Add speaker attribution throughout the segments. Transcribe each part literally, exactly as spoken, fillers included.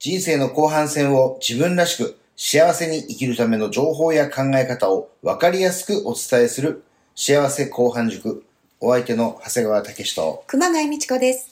Speaker 1: 人生の後半戦を自分らしく幸せに生きるための情報や考え方を分かりやすくお伝えする幸せ後半塾。お相手の長谷川武史と
Speaker 2: 熊谷美智子です。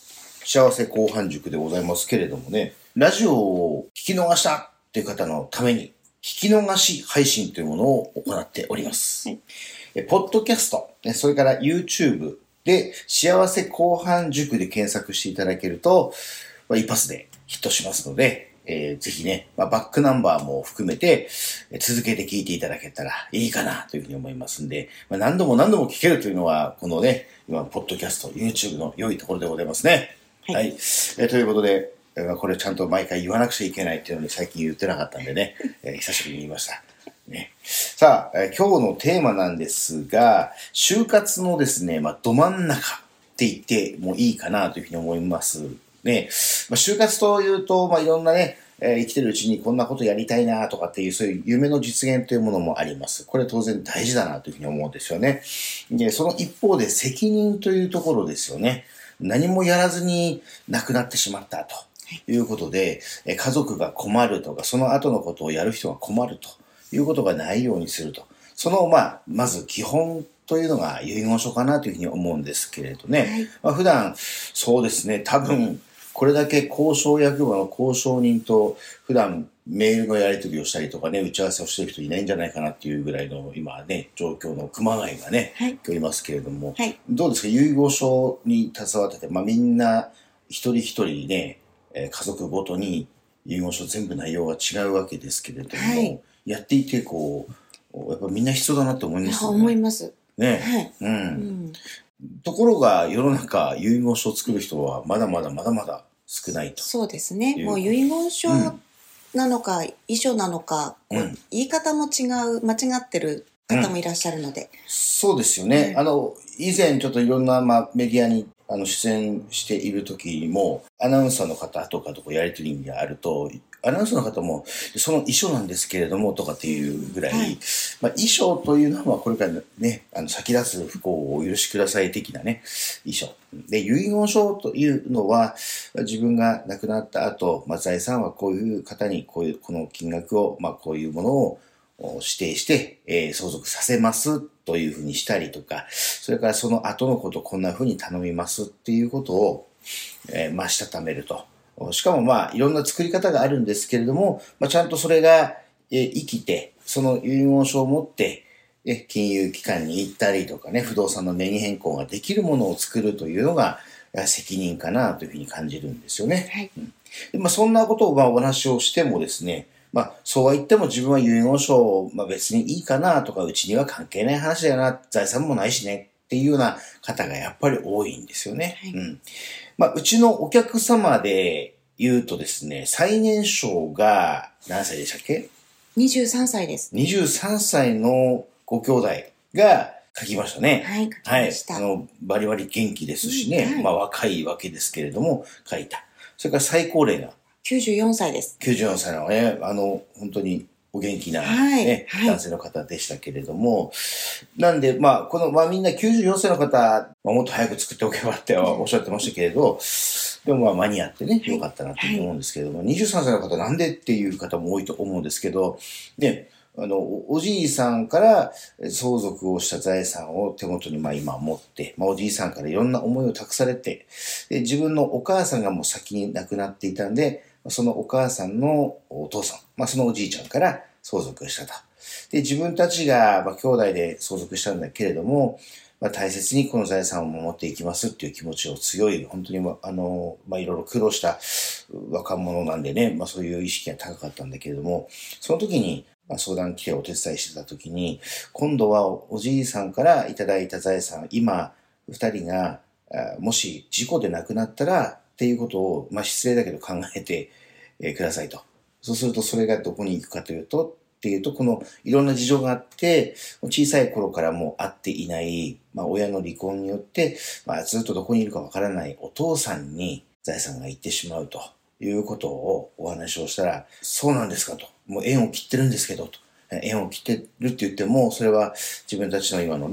Speaker 1: 幸せ後半塾でございますけれどもね、ラジオを聞き逃したっていう方のために聞き逃し配信というものを行っております。はい、えポッドキャスト、それから YouTube で幸せ後半塾で検索していただけると、まあ、一発でヒットしますので、えー、ぜひね、まあ、バックナンバーも含めて、えー、続けて聞いていただけたらいいかなというふうに思いますんで、まあ、何度も何度も聞けるというのは、このね、今、ポッドキャスト、YouTube の良いところでございますね。はい。はい、えー、ということで、えー、これちゃんと毎回言わなくちゃいけないっていうのに最近言ってなかったんでね、えー、久しぶりに言いました。ね、さあ、えー、今日のテーマなんですが、就活のですね、まあ、ど真ん中って言ってもいいかなというふうに思いますね。まあ、就活というと、まあ、いろんなね、えー、生きてるうちにこんなことやりたいなとかっていう、そういう夢の実現というものもあります。これ当然大事だなというふうに思うんですよね。で、その一方で責任というところですよね。何もやらずに亡くなってしまったということで、えー、家族が困るとか、その後のことをやる人が困るということがないようにすると。その、まあ、まず基本というのが遺言書かなというふうに思うんですけれどね。はい、まあ、普段、そうですね、多分、これだけ交渉役場の交渉人と普段メールのやり取りをしたりとかね、打ち合わせをしている人いないんじゃないかなっていうぐらいの今ね、状況の熊谷がね、はい、今日いますけれども、はい、どうですか、遺言書に携わってて、まあみんな一人一人ね、家族ごとに遺言書全部内容が違うわけですけれども、はい、やっていてこう、やっぱみんな必要だなって思いますよね。
Speaker 2: 思います。
Speaker 1: ね。
Speaker 2: はい。
Speaker 1: うん。うんところが世の中遺言書を作る人はまだまだまだまだ少ないと。
Speaker 2: そうですね。もう遺言書なのか、うん、遺書なのか、うん、言い方も違う、間違ってる方もいらっしゃるので。うん、
Speaker 1: そうですよね。うん、あの、以前ちょっといろんな、まあ、メディアにあの出演している時も、アナウンサーの方とかとやりとりがあると、アナウンサーの方も、その遺書なんですけれども、とかっていうぐらい、はい、まあ、遺書というのは、これからね、あの、先立つ不幸をお許しください的なね、遺書。で、遺言書というのは、自分が亡くなった後、まあ、財産はこういう方に、こういう、この金額を、まあ、こういうものを指定して、えー、相続させますというふうにしたりとか、それからその後のことこんなふうに頼みますっていうことを、えー、まあ、したためると。しかもまあいろんな作り方があるんですけれども、まあ、ちゃんとそれが、えー、生きて、その遺言書を持って、え金融機関に行ったりとかね、不動産の名義変更ができるものを作るというのが責任かなというふうに感じるんですよね。はい、うんでまあ、そんなことをまあお話をしてもですね、まあそうは言っても自分は遺言書をまあ別にいいかなとか、うちには関係ない話だよな、財産もないしねっていうような方がやっぱり多いんですよね。はいうんまあ、うちのお客様で言うとですね、最年少が何歳でしたっけ？
Speaker 2: にじゅうさんさいです。
Speaker 1: にじゅうさんさいのご兄弟が書きましたね。
Speaker 2: はい、書きました。
Speaker 1: はい。あの、バリバリ元気ですしね、うんはい、まあ若いわけですけれども、書いた。それから最高齢が
Speaker 2: きゅうじゅうよんさいです。
Speaker 1: きゅうじゅうよんさいのね、あの、本当にお元気な、ねはい、男性の方でしたけれども、なんで、まあ、この、まあみんなきゅうじゅうよんさいの方、まあ、もっと早く作っておけばっておっしゃってましたけれど、でもまあ間に合ってね、よかったなと思うんですけれども、はい、にじゅうさんさいの方なんでっていう方も多いと思うんですけど、で、あの、おじいさんから相続をした財産を手元にまあ今持って、まあおじいさんからいろんな思いを託されて、で、自分のお母さんがもう先に亡くなっていたんで、そのお母さんのお父さん、まあそのおじいちゃんから相続したと。で、自分たちが、まあ、兄弟で相続したんだけれども、まあ、大切にこの財産を守っていきますっていう気持ちを強い、本当に、あの、まあ、いろいろ苦労した若者なんでね、まあ、そういう意識が高かったんだけれども、その時に、まあ、相談来てお手伝いしてた時に、今度はおじいさんからいただいた財産、今、二人が、もし事故で亡くなったら、っていうことを、まあ、失礼だけど考えて、えー、くださいと。そうすると、それがどこに行くかというと、っていうと、このいろんな事情があって、小さい頃からもう会っていない、まあ親の離婚によって、まあずっとどこにいるかわからないお父さんに財産が行ってしまうということをお話をしたら、そうなんですかと。もう縁を切ってるんですけど、と。縁を切ってるって言っても、それは自分たちの今のね、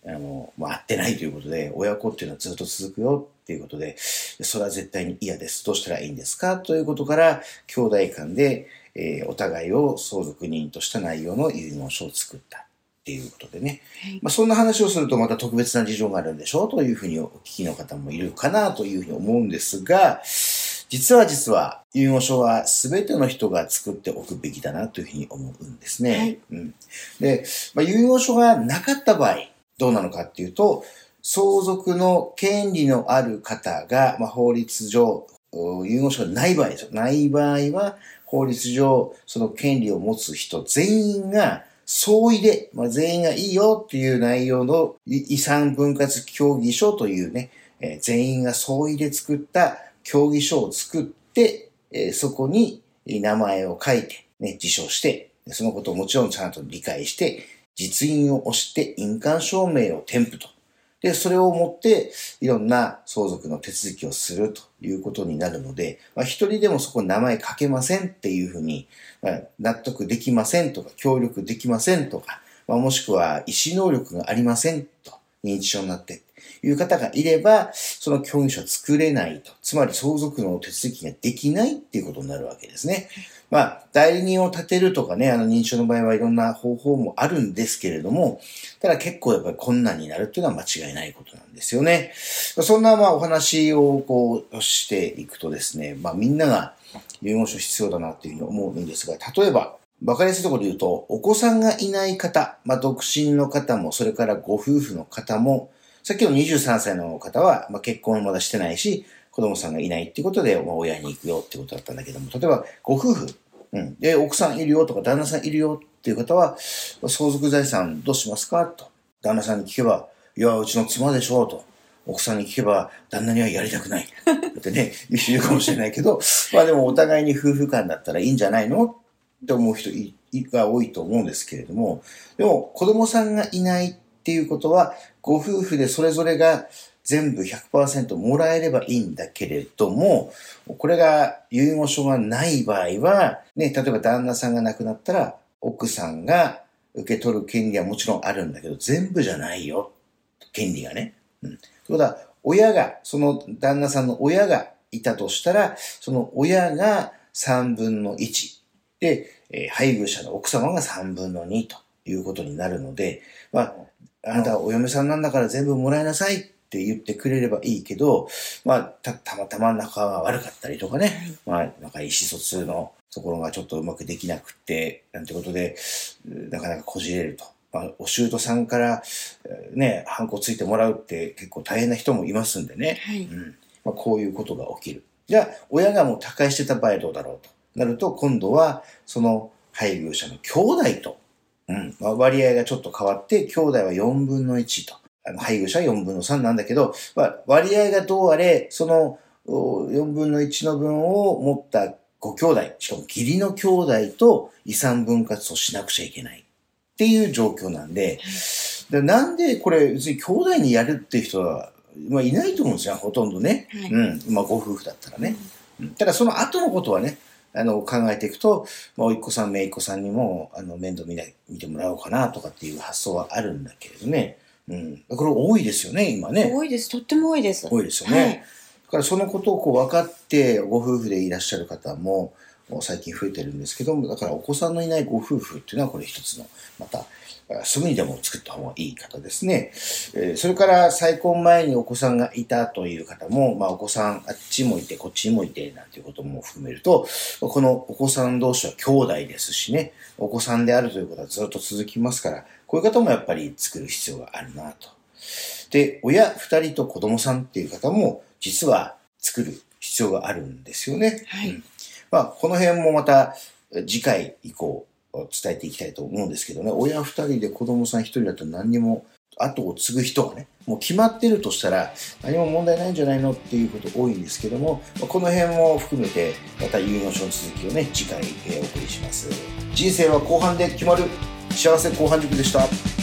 Speaker 1: あの、まあ、合ってないということで、親子っていうのはずっと続くよっていうことで、それは絶対に嫌です。どうしたらいいんですかということから、兄弟間で、えー、お互いを相続人とした内容の遺言書を作ったっていうことでね。はい、まあ、そんな話をするとまた特別な事情があるんでしょうというふうにお聞きの方もいるかなというふうに思うんですが、実は実は遺言書は全ての人が作っておくべきだなというふうに思うんですね。はい、うん、で、まあ、遺言書がなかった場合、どうなのかっていうと、相続の権利のある方が、まあ、法律上、遺言書がない場合ですよ。ない場合は、法律上、その権利を持つ人全員が相違で、まあ、全員がいいよっていう内容の遺産分割協議書というね、えー、全員が相違で作った協議書を作って、えー、そこに名前を書いて、ね、自書して、そのことをもちろんちゃんと理解して、実印を押して印鑑証明を添付と。で、それを持っていろんな相続の手続きをするということになるので、まあ、一人でもそこに名前書けませんっていうふうに、まあ、納得できませんとか、協力できませんとか、まあ、もしくは意思能力がありませんと認知症になっていう方がいれば、その協議書は作れないと。つまり相続の手続きができないっていうことになるわけですね。まあ、代理人を立てるとかね、あの認知症の場合はいろんな方法もあるんですけれども、ただ結構やっぱり困難になるっていうのは間違いないことなんですよね。そんなまあお話をこうしていくとですね、まあみんなが遺言書必要だなっていうふうに思うんですが、例えば、わかりやすいところで言うと、お子さんがいない方、まあ独身の方も、それからご夫婦の方も、さっきのにじゅうさんさいの方は、まあ、結婚まだしてないし、子供さんがいないっていうことで、まあ、親に行くよってことだったんだけども、例えば、ご夫婦、うん、で、奥さんいるよとか、旦那さんいるよっていう方は、相続財産どうしますかと。旦那さんに聞けば、いや、うちの妻でしょうと。奥さんに聞けば、旦那にはやりたくない。ってね、言う人いるかもしれないけど、まあでもお互いに夫婦間だったらいいんじゃないのって思う人が多いと思うんですけれども、でも子供さんがいないっていうことは、ご夫婦でそれぞれが全部 ひゃくパーセント もらえればいいんだけれども、これが遺言書がない場合は、ね、例えば旦那さんが亡くなったら、奥さんが受け取る権利はもちろんあるんだけど、全部じゃないよ。権利がね。うん。ということは、親が、その旦那さんの親がいたとしたら、その親がさんぶんのいちで、えー、配偶者の奥様がさんぶんのにということになるので、まあ、あなたはお嫁さんなんだから全部もらいなさいって言ってくれればいいけど、まあ、た、たまたま仲が悪かったりとかね、まあ、なんか意思疎通のところがちょっとうまくできなくって、なんてことで、なかなかこじれると。まあ、お舅さんからね、ハンコついてもらうって結構大変な人もいますんでね。はい、うん。まあ、こういうことが起きる。じゃあ、親がもう他界してた場合どうだろうとなると、今度はその配偶者の兄弟と、うん、まあ、割合がちょっと変わって、兄弟はよんぶんのいちと、あの配偶者はよんぶんのさんなんだけど、まあ、割合がどうあれ、そのよんぶんのいちの分を持ったご兄弟、しかも義理の兄弟と遺産分割をしなくちゃいけない。っていう状況なんで、でなんでこれ別に兄弟にやるっていう人は、まあ、いないと思うんですよ、ほとんどね。はい、うん。まあご夫婦だったらね。うん、ただその後のことはね、あの考えていくと、まあ、おいっ子さん、姪っ子さんにもあの面倒見ない見てもらおうかなとかっていう発想はあるんだけれどね。うん。これ多いですよね、今ね。
Speaker 2: 多いです。とっても多いです。
Speaker 1: 多いですよね。はい、だからそのことをこう分かってご夫婦でいらっしゃる方も、最近増えてるんですけども、だからお子さんのいないご夫婦っていうのはこれ一つの、また、すぐにでも作った方がいい方ですね。えー、それから再婚前にお子さんがいたという方も、まあお子さんあっちもいてこっちにもいてなんていうことも含めると、このお子さん同士は兄弟ですしね、お子さんであるということはずっと続きますから、こういう方もやっぱり作る必要があるなと。で、親二人と子供さんっていう方も実は作る必要があるんですよね。はい。うん、まあこの辺もまた次回以降、伝えていきたいと思うんですけどね、親二人で子供さん一人だと何にも後を継ぐ人がね、もう決まってるとしたら何も問題ないんじゃないのっていうこと多いんですけども、この辺も含めてまた遺言書の続きをね、次回お送りします。人生は後半で決まる。幸せ後半塾でした。